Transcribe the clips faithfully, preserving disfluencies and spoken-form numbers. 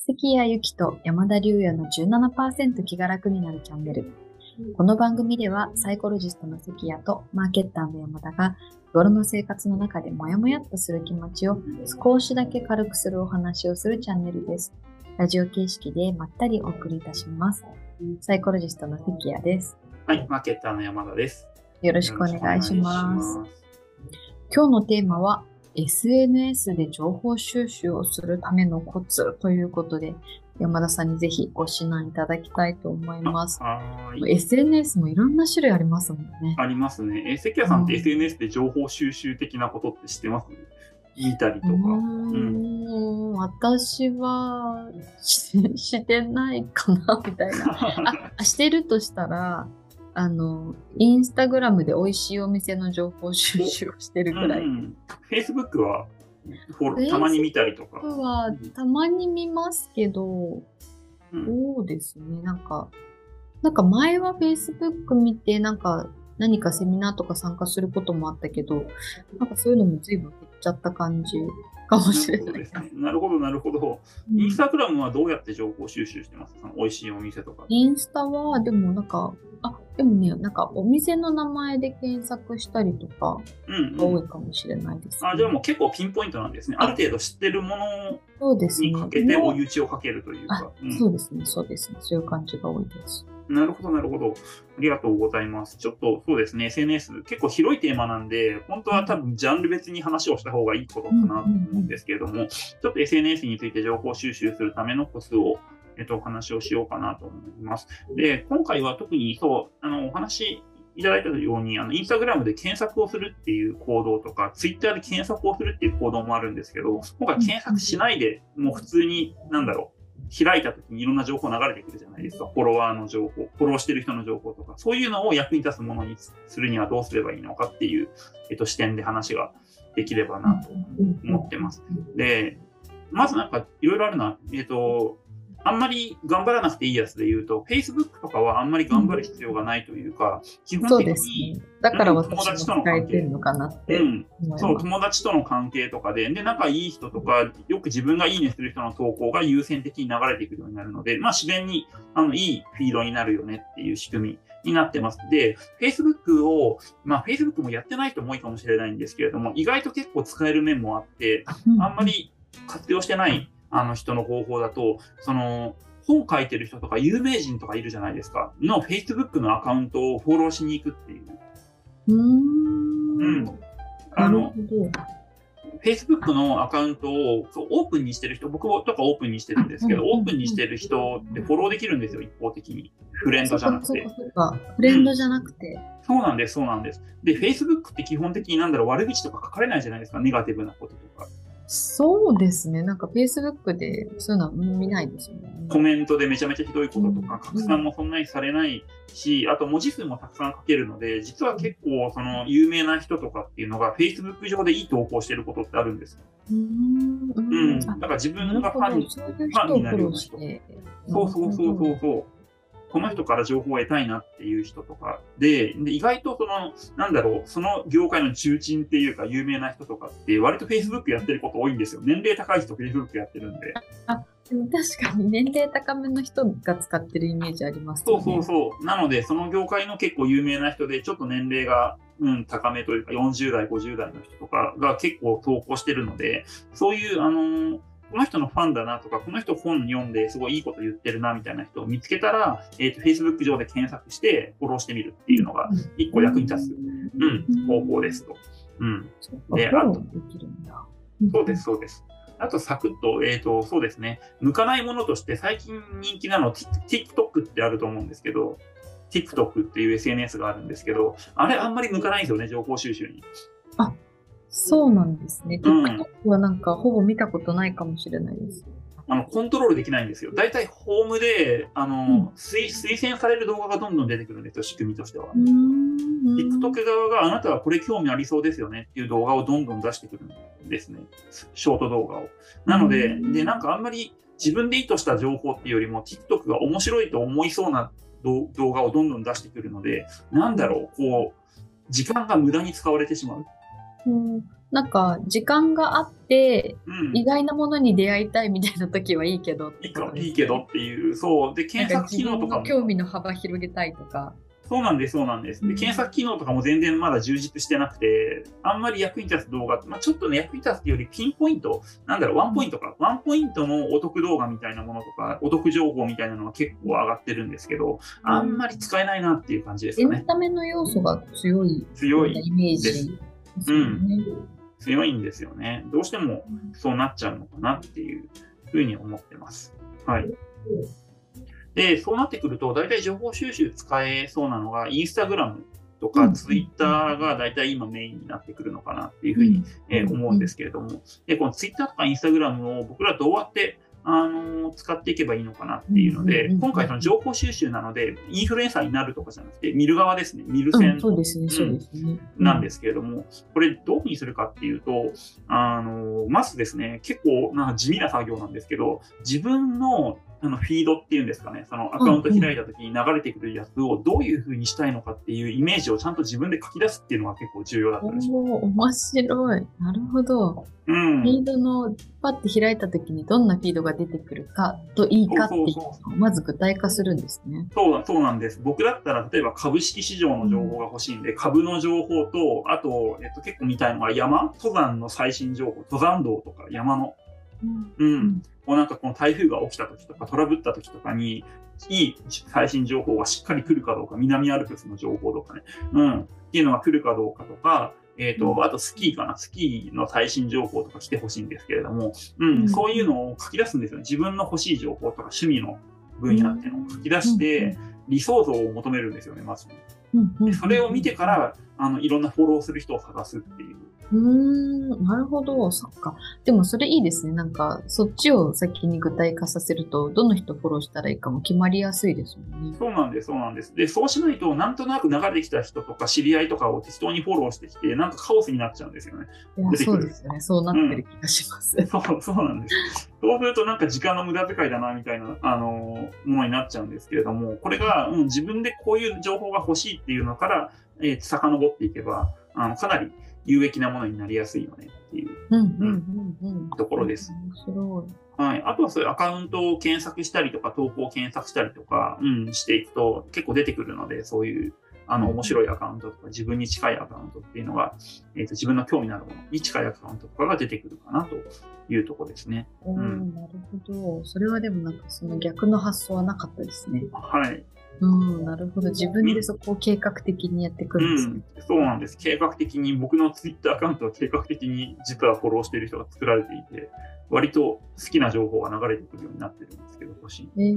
関谷由紀と山田龍也のじゅうななパーセント気が楽になるチャンネル。この番組ではサイコロジストの関谷とマーケッターの山田が日頃の生活の中でモヤモヤっとする気持ちを少しだけ軽くするお話をするチャンネルです。ラジオ形式でまったりお送りいたします。サイコロジストの関谷です。 はい、マーケッターの山田です。 よろしくお願いします。今日のテーマは エスエヌエス で情報収集をするためのコツということで、山田さんにぜひご指南いただきたいと思います。 はい。 エスエヌエス もいろんな種類ありますもんね。 ありますね。え、関谷さんって エスエヌエス で情報収集的なことって知ってます？見たりとか。 うーん、私はししてないかなみたいな。あ、してるとしたら、あの、インスタグラムで美味しいお店の情報収集をしてるぐらい。 うん、Facebook はフォローたまに見たりとか。 Facebook はたまに見ますけど、うん、そうですね。なんか、なんか前は Facebook 見て、なんか何かセミナーとか参加することもあったけど、なんかそういうのも随分減っちゃった感じかもしれないですね。 なるほど、なるほど。うん、インスタグラムはどうやって情報収集してます？その美味しいお店とか。 インスタは、でもなんか、あ、でもね、なんかお店の名前で検索したりとかが多いかもしれないです、 ね。うんうん、あ、じゃあもう結構ピンポイントなんですね。ある程度知ってるものにかけて追い打ちをかけるというか。 うん、そうですね、そうですね。そういう感じが多いです。 なるほど、なるほど。ありがとうございます。ちょっとそうですね、エスエヌエス、結構広いテーマなんで、本当は多分ジャンル別に話をした方がいいことかなと思うんですけれども、ちょっと エスエヌエス について情報収集するためのコツを、えっと、お話をしようかなと思います。で、今回は特にそう、あの、お話いただいたように、あの、インスタグラムで検索をするっていう行動とか、ツイッターで検索をするっていう行動もあるんですけど、今回検索しないで、もう普通に、なんだろう、開いたときにいろんな情報流れてくるじゃないですか。フォロワーの情報、フォローしてる人の情報とか、そういうのを役に立つものにするにはどうすればいいのかっていう、えっと、視点で話ができればなと思ってます。で、まずなんかいろいろあるのは、えっと、あんまり頑張らなくていいやつで言うと、Facebook とかはあんまり頑張る必要がないというか、基本的に、 だから私も使えてるのかなって。 うん。そう、友達との関係とかで、で、仲いい人とか、よく自分がいいねする人の投稿が優先的に流れていくようになるので、まあ自然に、あの、いいフィードになるよねっていう仕組みになってます。で、Facebook を、まあ Facebook もやってない人も多いかもしれないんですけれども、意外と結構使える面もあって、あんまり活用してないあの人の方法だと、その、本書いてる人とか有名人とかいるじゃないですか。の Facebook のアカウントをフォローしに行くっていう。 うーん。 うん。あの、Facebook のアカウントをそうオープンにしてる人、僕とかオープンにしてるんですけど、オープンにしてる人ってフォローできるんですよ、一方的に。フレンドじゃなくて。 そうか、フレンドじゃなくて、 うん。そうなんです、そうなんです。で、Facebook って基本的になんだろう、悪口とか書かれないじゃないですか、ネガティブなこととか。 そうですね。なんか Facebook でそういうのは見ないですよね。 コメントでめちゃめちゃひどいこととか、拡散もそんなにされないし、あと文字数もたくさん書けるので、実は結構その有名な人とかっていうのが Facebook 上でいい投稿してることってあるんですよ。うん。うん。だから自分がファンに、ファンになるような人。そうそうそうそうそう。この人から情報を得たいなっていう人とかで、で意外とその、なんだろう、その業界の重鎮っていうか有名な人とかって割と Facebook やってること多いんですよ。年齢高い人 Facebook やってるんで。 あ、でも確かに年齢高めの人が使ってるイメージありますね。 そうそうそう。なので、その業界の結構有名な人で、ちょっと年齢が、うん、高めというかよんじゅう代、ごじゅう代の人とかが結構投稿してるので、そういう、あのー、この人のファンだなとか、この人本読んですごいいいこと言ってるなみたいな人を見つけたら、えっと、Facebook 上で検索してフォローしてみるっていうのが一個役に立つ、うん、方法ですと。うん。 で、あと、 そうです、そうです。あと、サクッと、えっと、そうですね。向かないものとして最近人気なの、TikTok ってあると思うんですけど、TikTok っていう エスエヌエス があるんですけど、あれあんまり向かないんですよね、情報収集に。 あ、そうなんですね。TikTok はなんかほぼ見たことないかもしれないです。 あの、コントロールできないんですよ。だいたいホームで、あの、うん、推、推薦される動画がどんどん出てくるんですよ、仕組みとしては。TikTok 側があなたはこれ興味ありそうですよねっていう動画をどんどん出してくるんですね。ショート動画を。なので、で、なんかあんまり自分で意図した情報っていうよりも TikTok が面白いと思いそうな動画をどんどん出してくるので、なんだろう、こう、時間が無駄に使われてしまう。 うん、 なんか時間があって、 うん、 意外なものに出会いたいみたいな時はいいけどっていいか、 ことですね。 いいけどっていう、そう。で、 なんか検索機自分の能とかも、 興味の幅広げたいとか。 そうなんです、そうなんです。で、 うん検索機能とかも全然まだ充実してなくて、あんまり役に立つ動画、まあ、ちょっとね、役に立つっていうよりピンポイント、なんだろう、ワンポイントか、ワンポイントのお得動画みたいなものとか、お得情報みたいなのは結構上がってるんですけど、あんまり使えないなっていう感じですエンかね。 タメの要素が強い強いイメーです。 ジですうん。 よね。 強いんですよね。どうしてもそうなっちゃうのかなっていうふうに思ってます。はい。で、そうなってくると、大体情報収集使えそうなのが、インスタグラムとかうんツイッターが大体今メインになってくるのかなっていうふうに、 うんえー思うんですけれども、で、このツイッターとかインスタグラムを僕らどうやってあのー使っていけばいいのかなっていうので、今回その情報収集なので、インフルエンサーになるとかじゃなくて、見る側ですね、見るうん、 線、 そうですね、そううんですね。 なんですけれども、これどういうふうにするかっていうと、あの、まずですね、結構なんか地味な作業なんですけど、自分のあのフィードっていうんですかね、そのアカウント開いた時に流れてくるやつをどういうふうにしたいのかっていうイメージをちゃんと自分で書き出すっていうのが結構重要だったりします。 おー、面白い。なるほど。 うん。 フィードのパッて開いたときにどんなフィードが出てくるかといいかっていうそうそうそう。 のをまず具体化するんですね。 そうそうなんです。僕だったら、例えば株式市場の情報が欲しいんで、株の情報と、あと、えっと、結構見たいのが山登山の最新情報、登山道とか山の、 うんううんん。もうなんかこの台風が起きた時とか、トラブった時とかに、いい最新情報がしっかり来るかどうか、南アルプスの情報とかね、うん。っていうのが来るかどうかとか、えっ、と、あとスキーかな、スキーの最新情報とか来てほしいんですけれども、うん、 うんそういうのを書き出すんですよね。自分の欲しい情報とか趣味の分野っていうのを書き出して、理想像を求めるんですよね、まず。でそれを見てから、あの、いろんなフォローする人を探すっていう。 うーん、なるほど。そっか。でもそれいいですね。なんか、そっちを先に具体化させると、どの人フォローしたらいいかも決まりやすいですもんね。 そうなんです、そうなんです。で、そうしないと、なんとなく流れてきた人とか知り合いとかを適当にフォローしてきて、なんかカオスになっちゃうんですよね。 いや、 出てくる。 そうですよね。そうなってる気がします。 そう、そうなんです。そうするとなんか時間の無駄遣いだな、みたいな、あのーものになっちゃうんですけれども、これが、うん、自分でこういう情報が欲しいっていうのから、えー、遡っていけば、あの、かなり有益なものになりやすいよねっていう、 うんうんうんうん。 ところです。 面白い。 はい。あとはそういうアカウントを検索したりとか、投稿を検索したりとか、うん、していくと結構出てくるので、そういう、あの、面白いアカウントとか、自分に近いアカウントっていうのが、えっと、自分の興味のあるものに近いアカウントとかが出てくるかなというところですね。 おー、 うん。 なるほど。それはでもなんかその逆の発想はなかったですね。 はい。 うん、なるほど。自分でそこを計画的にやっていくんですね。 うん、そうなんです。計画的に、僕のツイッターアカウントは計画的に実はフォローしている人が作られていて、割と好きな情報が流れてくるようになってるんですけど、欲しい。 えー、 うん。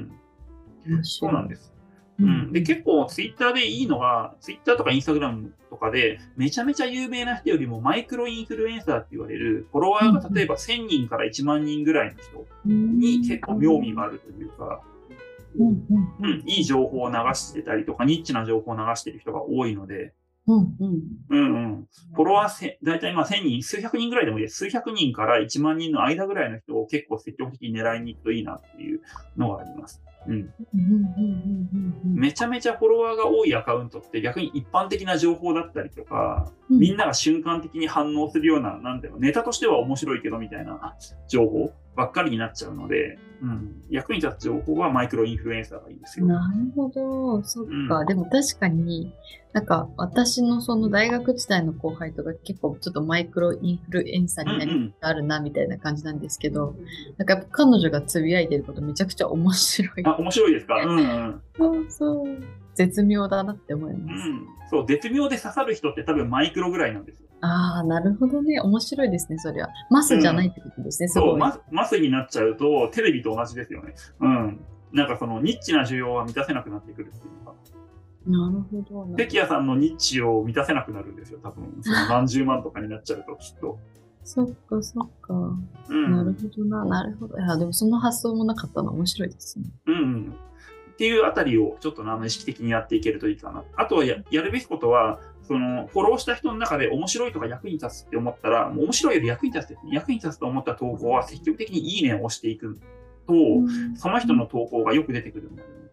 面白い。 そうなんです。うん、で、結構ツイッターでいいのが、ツイッターとかインスタグラムとかで、めちゃめちゃ有名な人よりもマイクロインフルエンサーって言われる、フォロワーが例えばせんにんからいちまんにんぐらいの人に結構妙味があるというか、 うんうんうん、いい情報を流してたりとか、ニッチな情報を流している人が多いので、 うんうんうんうん。フォロワーせ、だいたいまあせんにん、数百人ぐらいでもいいです。数百人からいちまん人の間ぐらいの人を結構積極的に狙いに行くといいなっていうのがあります。うん。 うんうんうんうんうんめちゃめちゃフォロワーが多いアカウントって逆に一般的な情報だったりとか、 うんみんなが瞬間的に反応するような、なんだろう、ネタとしては面白いけどみたいな情報ばっかりになっちゃうので、うん、役に立つ情報はマイクロインフルエンサーがいいですよ。 なるほど。そっか。 うんでも確かに、なんか私のその大学時代の後輩とか結構ちょっとマイクロインフルエンサーになりつつあるなみたいな感じなんですけど、なんかやっぱ彼女がつぶやいてることめちゃくちゃ面白い。 あ、面白いですか？うん、うん。 そうそう。絶妙だなって思います。 うん。そう、絶妙で刺さる人って多分マイクロぐらいなんですよ。 ああ、なるほどね。面白いですね、それは。マスじゃないってことですね、すそう、 ごい。 マス、マスになっちゃうと、テレビと同じですよね。うん。なんかその、ニッチな需要は満たせなくなってくるっていうか。 なるほど。なる関谷さんのニッチを満たせなくなるんですよ、多分。その何十万とかになっちゃうと、きっと。 そっか、そっか。 うん。 なるほどな、なるほど。いや、でもその発想もなかったの面白いですね。 うんうん。っていうあたりをちょっとあの意識的にやっていけるといいかな。あとはややるべきことは、そのフォローした人の中で面白いとか役に立つって思ったら、もう面白いより役に立つって、役に立つと思った投稿は積極的にいいねを押していくと、 うんその人の投稿がよく出てくるんだよね。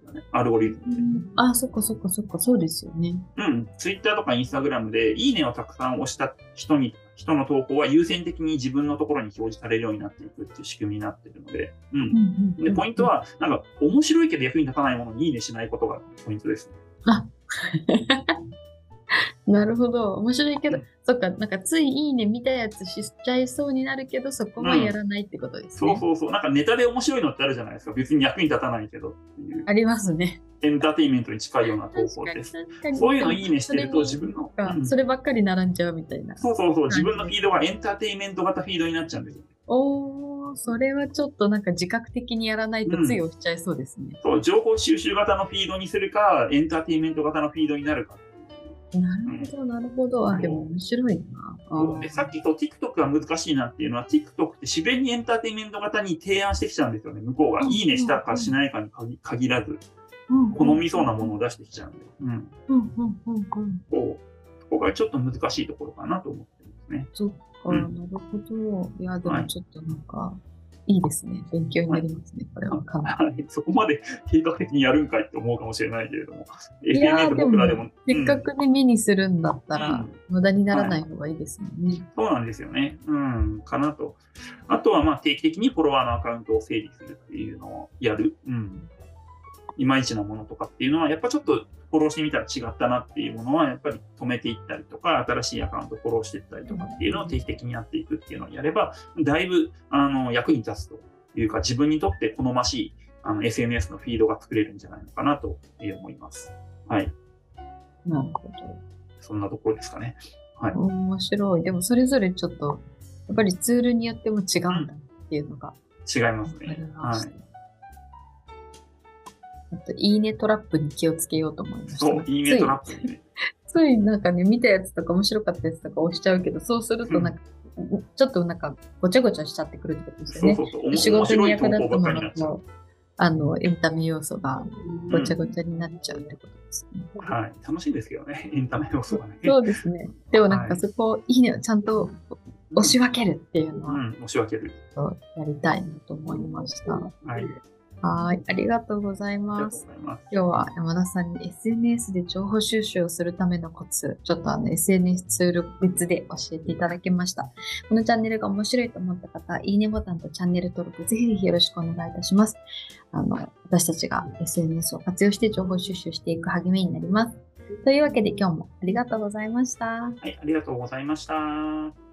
よね、アルゴリズムで。 うん、あ、そっかそっかそっか、そうですよね。 うん。ツイッターとかインスタグラムで、いいねをたくさん押した人に、人の投稿は優先的に自分のところに表示されるようになっていくっていう仕組みになっているので、うん。 うんうんうん、 で、ポイントは、なんか、面白いけど役に立たないものにいいねしないことがポイントです。 あなるほど。面白いけど、うん、そっか、なんかついいいね見たやつしちゃいそうになるけど、そこはやらないってことですね。 うん、そうそうそう。なんかネタで面白いのってあるじゃないですか。別に役に立たないけどっていう。 ありますね。 エンターテインメントに近いような投稿です。そういうのいいねしてると自分の、 うん、そればっかり並んじゃうみたいな。 そうそうそう。自分のフィードがエンターテインメント型フィードになっちゃうんですよ。 おー、それはちょっとなんか自覚的にやらないとつい押しちゃいそうですね。 うん、そう、情報収集型のフィードにするか、エンターテインメント型のフィードになるか。 なるほど、なるほど。あ、でも面白いな。 でさっきと TikTok が難しいなっていうのは、TikTok って自然にエンターテインメント型に提案してきちゃうんですよね。向こうが。いいねしたかしないかに限らず、好みそうなものを出してきちゃうんで。うん。うんうんうんうん。ここがちょっと難しいところかなと思ってますね。 そっか、うん、なるほど。いや、でもちょっとなんか、はいいいですね。勉強になりますね。これはかなり。そこまで計画的にやるんかいって思うかもしれないけれども。 いやーでも、でもせっかくね、目にするんだったら、無駄にならない方がいいですもんね、はい。 そうなんですよね。うん、かなと。あとは、まあ、定期的にフォロワーのアカウントを整理するっていうのをやる。うん。いまいちなものとかっていうのは、やっぱちょっとフォローしてみたら違ったなっていうものは、やっぱり止めていったりとか、新しいアカウントフォローしていったりとかっていうのを定期的にやっていくっていうのをやれば、だいぶ、あの、役に立つというか、自分にとって好ましいあの エスエヌエス のフィードが作れるんじゃないのかなと思います。はい。 なるほど。 そんなところですかね。はい。 面白い。でもそれぞれちょっと、やっぱりツールによっても違うんだっていうのが、 うん、違いますね。はい。 あと、いいねトラップに気をつけようと思いました。 そう、いいねトラップね。 ついなんかね、見たやつとか面白かったやつとか押しちゃうけど、そうするとなんか、うん、ちょっとなんかごちゃごちゃしちゃってくるってことですよね。そうそうそう、仕事に役立つものと、あの、エンタメ要素がごちゃごちゃになっちゃうってことですね。 うん、はい。楽しいんですけどね、エンタメ要素がね。 そうですね。でもなんかそこ、はい、いいねをちゃんと押し分けるっていうのは、 うん、押し分ける。 やりたいなと思いました。 はい。 はい。ありがとうございます。今日は山田さんに エスエヌエス で情報収集をするためのコツ、ちょっとあの エスエヌエス ツール別で教えていただきました。このチャンネルが面白いと思った方、いいねボタンとチャンネル登録、ぜひぜひよろしくお願いいたします。あの、私たちが エスエヌエス を活用して情報収集していく励みになります。というわけで今日もありがとうございました。 はい、ありがとうございました。